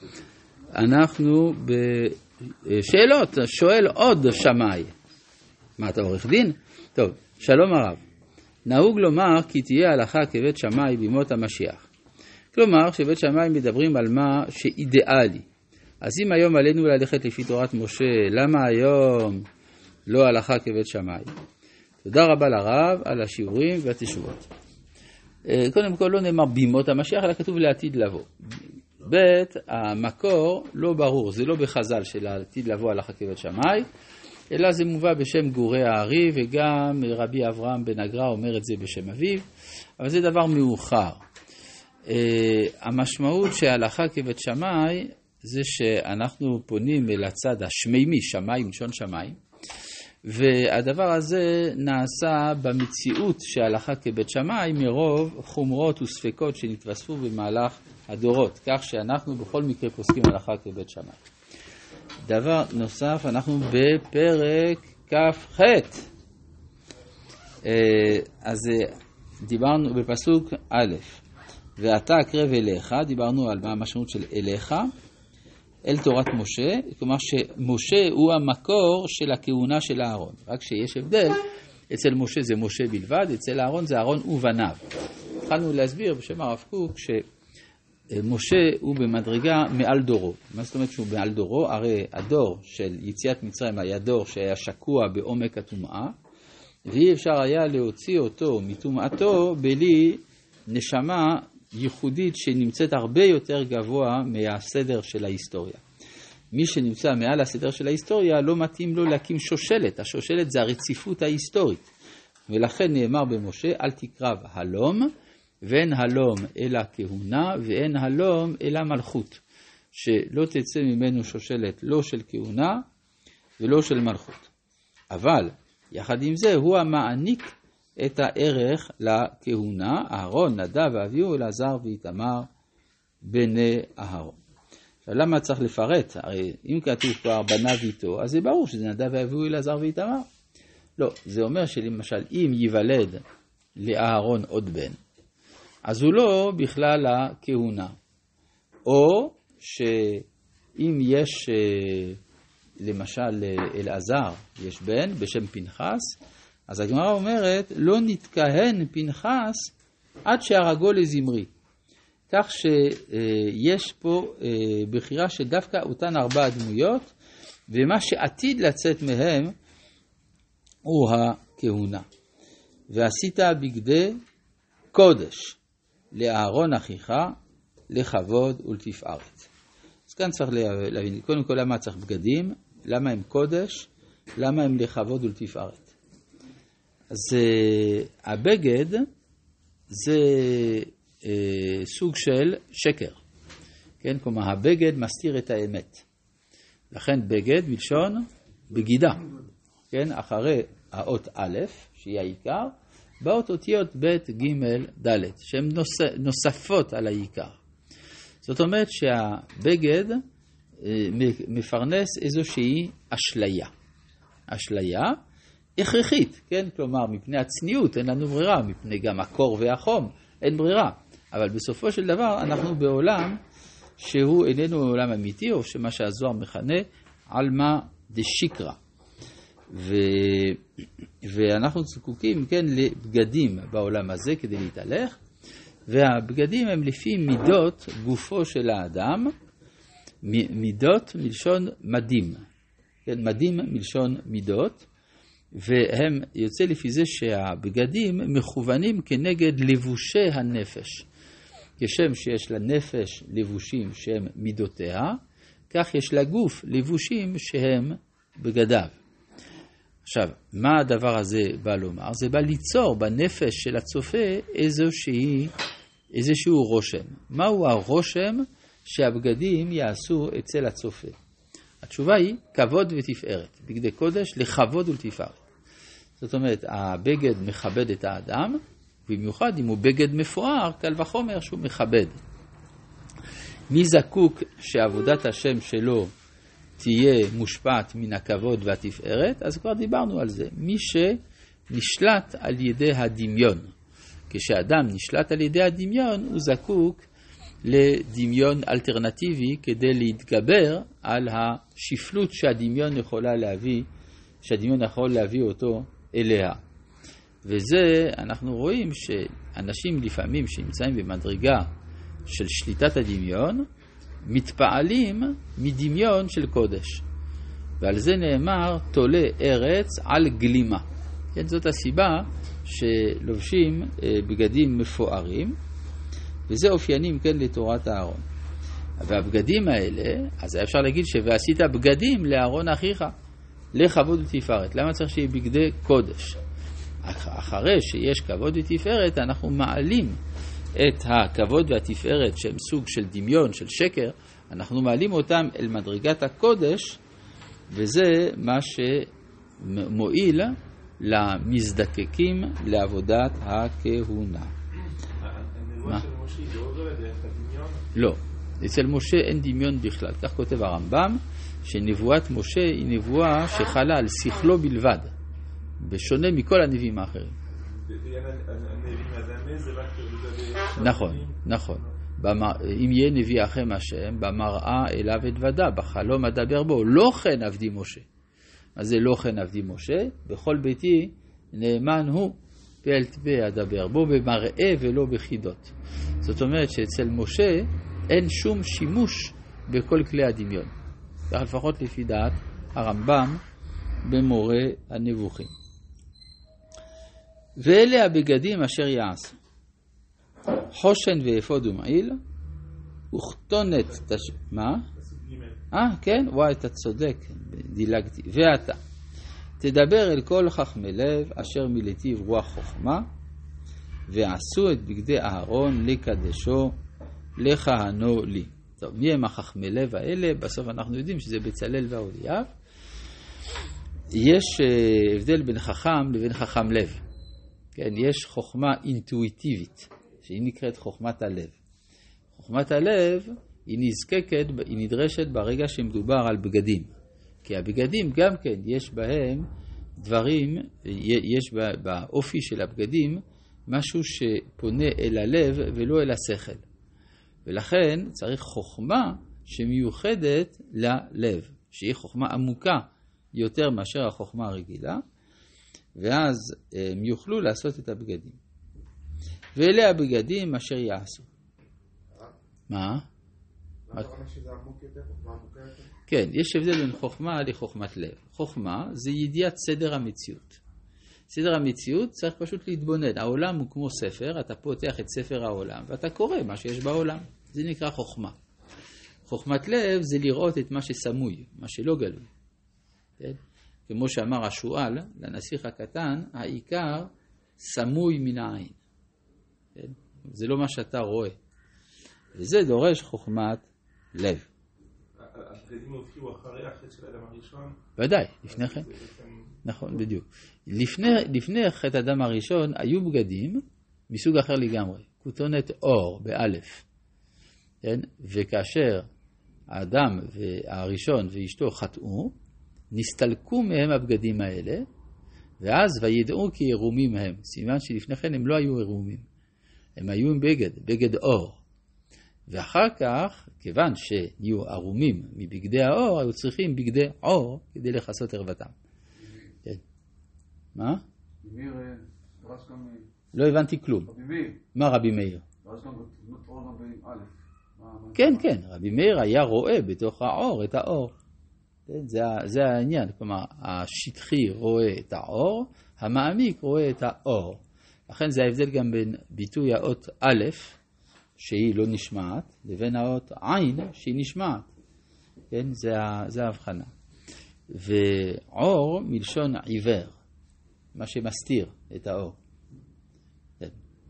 אנחנו בשאלות, שואל עוד שמאי. מה אתה עורך דין? טוב, שלום הרב. נהוג לומר כי תהיה הלכה כבית שמאי בימות המשיח. כלומר, שבית שמאי מדברים על מה שאידיאלי. אז אם היום עלינו ללכת לפי תורת משה, למה היום לא הלכה כבית שמאי? תודה רבה לרב על השיעורים והתשובות. קודם כל לא נאמר בימות המשיח, אלא כתוב לעתיד לבוא. בית, המקור לא ברור, זה לא בחז"ל של העתיד לבוא הלכה כבית שמאי, אלא זה מובא בשם גורי הארי, וגם רבי אברהם בן אגרא אומר את זה בשם אביו, אבל זה דבר מאוחר. המשמעות שההלכה כבית שמאי זה שאנחנו פונים אל הצד השמימי, שמיים, לשון שמיים, והדבר הזה נעשה במציאות שההלכה כבית שמאי מרוב חומרות וספקות שנתווספו במהלך הדורות, כך שאנחנו בכל מקרה פוסקים הלכה כבית שמאי. דבר נוסף, אנחנו בפרק כ"ח. אז דיברנו בפסוק א', ואתה אקרב אליך, דיברנו על מה המשמעות של אליך, אל תורת משה, כלומר שמשה הוא המקור של הכהונה של אהרון. רק שיש הבדל, אצל משה זה משה בלבד, אצל אהרון זה אהרון ובניו. התחלנו להסביר בשם הרב קוק שמשה הוא במדרגה מעל דורו. מה זאת אומרת שהוא מעל דורו? הרי הדור של יציאת מצרים היה דור שהיה שקוע בעומק הטומאה, ואי אפשר היה להוציא אותו מטומאתו בלי נשמה ייחודית שנמצאת הרבה יותר גבוה מהסדר של ההיסטוריה. מי שנמצא מעל הסדר של ההיסטוריה לא מתאים לו להקים שושלת. השושלת זה הרציפות ההיסטורית. ולכן נאמר במשה, אל תקרב הלום, ואין הלום אלא כהונה, ואין הלום אלא מלכות. שלא תצא ממנו שושלת לא של כהונה ולא של מלכות. אבל יחד עם זה הוא המעניק את הערך לכהונה, אהרון, נדב ואביהו, אלעזר ואיתמר בני אהרון. עכשיו למה צריך לפרט? הרי אם כתוב כבר בניו איתו, אז זה ברור שזה נדב ואביהו, אלעזר ואיתמר. לא, זה אומר שלמשל אם ייוולד לאהרון עוד בן, אז הוא לא בכלל הכהונה. או שאם יש למשל אלעזר, יש בן בשם פנחס, אז הגמרא אומרת, לא נתכהן פנחס עד שהרגו לזמרי. כך שיש פה בחירה שדווקא אותן 4 דמויות, ומה שעתיד לצאת מהם הוא הכהונה. ועשית בגדי קודש לאהרון אחיך לכבוד ולתפארת. אז כאן צריך להבין, קודם כל למה צריך בגדים, למה הם קודש, למה הם לכבוד ולתפארת. אז הבגד זה סוג של שקר. כן? כלומר, הבגד מסתיר את האמת. לכן בגד מלשון בגידה. כן? אחרי האות א', שהיא העיקר, באות אותיות ב', ג', ד', שהן נוספות על העיקר. זאת אומרת שהבגד מפרנס איזושהי אשליה. אשליה הכרחית, כן? כלומר, מפני הצניעות אין לנו ברירה, מפני גם הקור והחום אין ברירה. אבל בסופו של דבר אנחנו בעולם שהוא איננו עולם אמיתי, או שמה שהזוהר מכנה עלמא דשיקרא. ואנחנו זקוקים, כן, לבגדים בעולם הזה כדי להתהלך, והבגדים הם לפי מידות גופו של האדם, מידות מלשון מדים. כן, מדים מלשון מידות. והם יוצא לפי זה שהבגדים מכוונים כנגד לבושי הנפש. כשם שיש לנפש לבושים שהם מידותיה, כך יש לגוף לבושים שהם בגדיו. עכשיו, מה הדבר הזה בא לומר? זה בא ליצור בנפש של הצופה איזשהו רושם. מהו הרושם שהבגדים יעשו אצל הצופה? התשובה היא כבוד ותפארת. בגדי קודש לכבוד ולתפארת. זאת אומרת, הבגד מכבד את האדם, במיוחד אם הוא בגד מפואר, קל וחומר שהוא מכבד. מי זקוק שעבודת השם שלו תהיה מושפעת מן הכבוד והתפארת? אז כבר דיברנו על זה. מי שנשלט על ידי הדמיון. כשאדם נשלט על ידי הדמיון, הוא זקוק לדמיון אלטרנטיבי כדי להתגבר על השפלות שהדמיון יכול להביא אותו אליה. וזה אנחנו רואים שאנשים לפעמים שנמצאים במדרגה של שליטת הדמיון מתפעלים מדמיון של קודש. ועל זה נאמר תולה ארץ על גלימה. כן, זאת הסיבה שלובשים בגדים מפוארים, וזה אופיינים כן לתורת הארון. והבגדים האלה, אז אפשר להגיד ועשית בגדים לארון אחיך, לכבוד ותפארת. למה צריך שיהיה בגדי קודש? אחרי שיש כבוד ותפארת, אנחנו מעלים את הכבוד והתפארת שהם סוג של דמיון, של שקר, אנחנו מעלים אותם אל מדרגת הקודש, וזה מה שמועיל למזדקקים לעבודת הכהונה. הנבואה של משה היא לא עוברת דרך הדמיון? לא, אצל משה אין דמיון בכלל. כך כותב הרמב"ם, שנבואת משה היא נבואה שחלה על שכלו בלבד, בשונה מכל הנביאים האחרים. הנביאים הדמה זה רק נכון, נכון. אם יהיה נביא אחם השם, במראה אליו אתוודה, בחלום אדבר בו, לא כן עבדי משה. אז זה לא כן עבדי משה, בכל ביתי נאמן הוא, פה אל פה אדבר בו, במראה ולא בחידות. זאת אומרת שאצל משה אין שום שימוש בכל כלי הדמיון. כך לפחות לפי דעת הרמב"ם במורה הנבוכים. ואלה הבגדים אשר יעשו. חושן ואפוד ומעיל, וכתונת מה? כן, וואי, אתה צודק, דילגתי. ואתה, תדבר אל כל חכמי לב, אשר מלטיב רוח חוכמה, ועשו את בגדי אהרון לקדשו, לכהנו לי. טוב, מי הם החכמי לב האלה? בסוף אנחנו יודעים שזה בצלאל ואהוליאב. יש הבדל בין חכם לבין חכם לב. כן, יש חוכמה אינטואיטיבית, שהיא נקראת חוכמת הלב. חוכמת הלב היא נזקקת, היא נדרשת ברגע שמדובר על בגדים. כי הבגדים גם כן יש בהם דברים, יש באופי של הבגדים משהו שפונה אל הלב ולא אל השכל. ולכן צריך חוכמה שמיוחדת ללב, שהיא חוכמה עמוקה יותר מאשר החוכמה הרגילה, ואז הם יוכלו לעשות את הבגדים. ואלה הבגדים אשר יעשו. מה? למה שזה עמוק יותר? חוכמה עמוקה יותר? כן, יש הבדל בין חוכמה לחוכמת לב. חוכמה זה ידיעת סדר המציאות. סדר המציאות צריך פשוט להתבונן. העולם הוא כמו ספר, אתה פותח את ספר העולם ואתה קורא מה שיש בעולם. זה נקרא חוכמה. חוכמת לב זה לראות את מה שסמוי, מה שלא גלוי. כן? כמו שאמר השואל לנסיך הקטן, העיקר סמוי מן העין. כן? זה לא מה שאתה רואה. וזה דורש חוכמת לב. הבגדים הופיעו אחרי החטא של האדם הראשון? ודאי, לפני כן. נכון, בדיוק. לפני חטא האדם הראשון היו בגדים מסוג אחר לגמרי. כותונת אור באלף. כן? וכאשר האדם הראשון ואשתו חטאו, נסתלקו מהם הבגדים האלה, ואז וידעו כי עירומים הם. סימן שלפני כן הם לא היו עירומים. הם היו עם בגד אור. ואחר כך, כיוון שנהיו ערומים מבגדי האור, היו צריכים בגדי אור כדי לכסות ערוותם. כן. מה? לא הבנתי כלום. מה רבי מאיר? כן, כן, רבי מאיר היה רואה בתוך האור את האור. זה העניין, כלומר, השטחי רואה את האור, המעמיק רואה את האור. לכן זה ההבדל גם בין ביטוי האות א', שהיא לא נשמעת, לבין האות עין שהיא נשמעת. כן, זה ההבחנה. ואור מלשון עיוור, מה שמסתיר את האור. כן.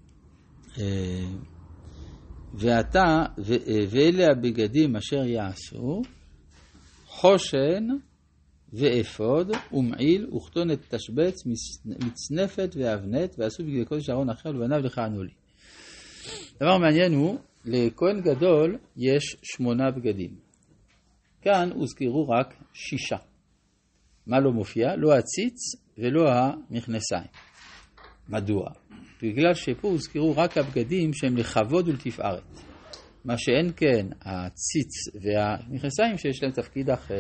ואלה הבגדים אשר יעשו, חושן ואפוד ומעיל וכתונת תשבץ מצנפת ואבנת, ועשו בגדי קודש אהרון אחר לבניו לכהנו לי. דבר מעניין הוא, לכהן גדול יש 8 בגדים. כאן הוזכרו רק 6. מה לא מופיע? לא הציץ ולא המכנסיים. מדוע? בגלל שפה הוזכרו רק הבגדים שהם לכבוד ולתפארת. מה שאין כן, הציץ והמכנסיים שיש להם תפקיד אחר.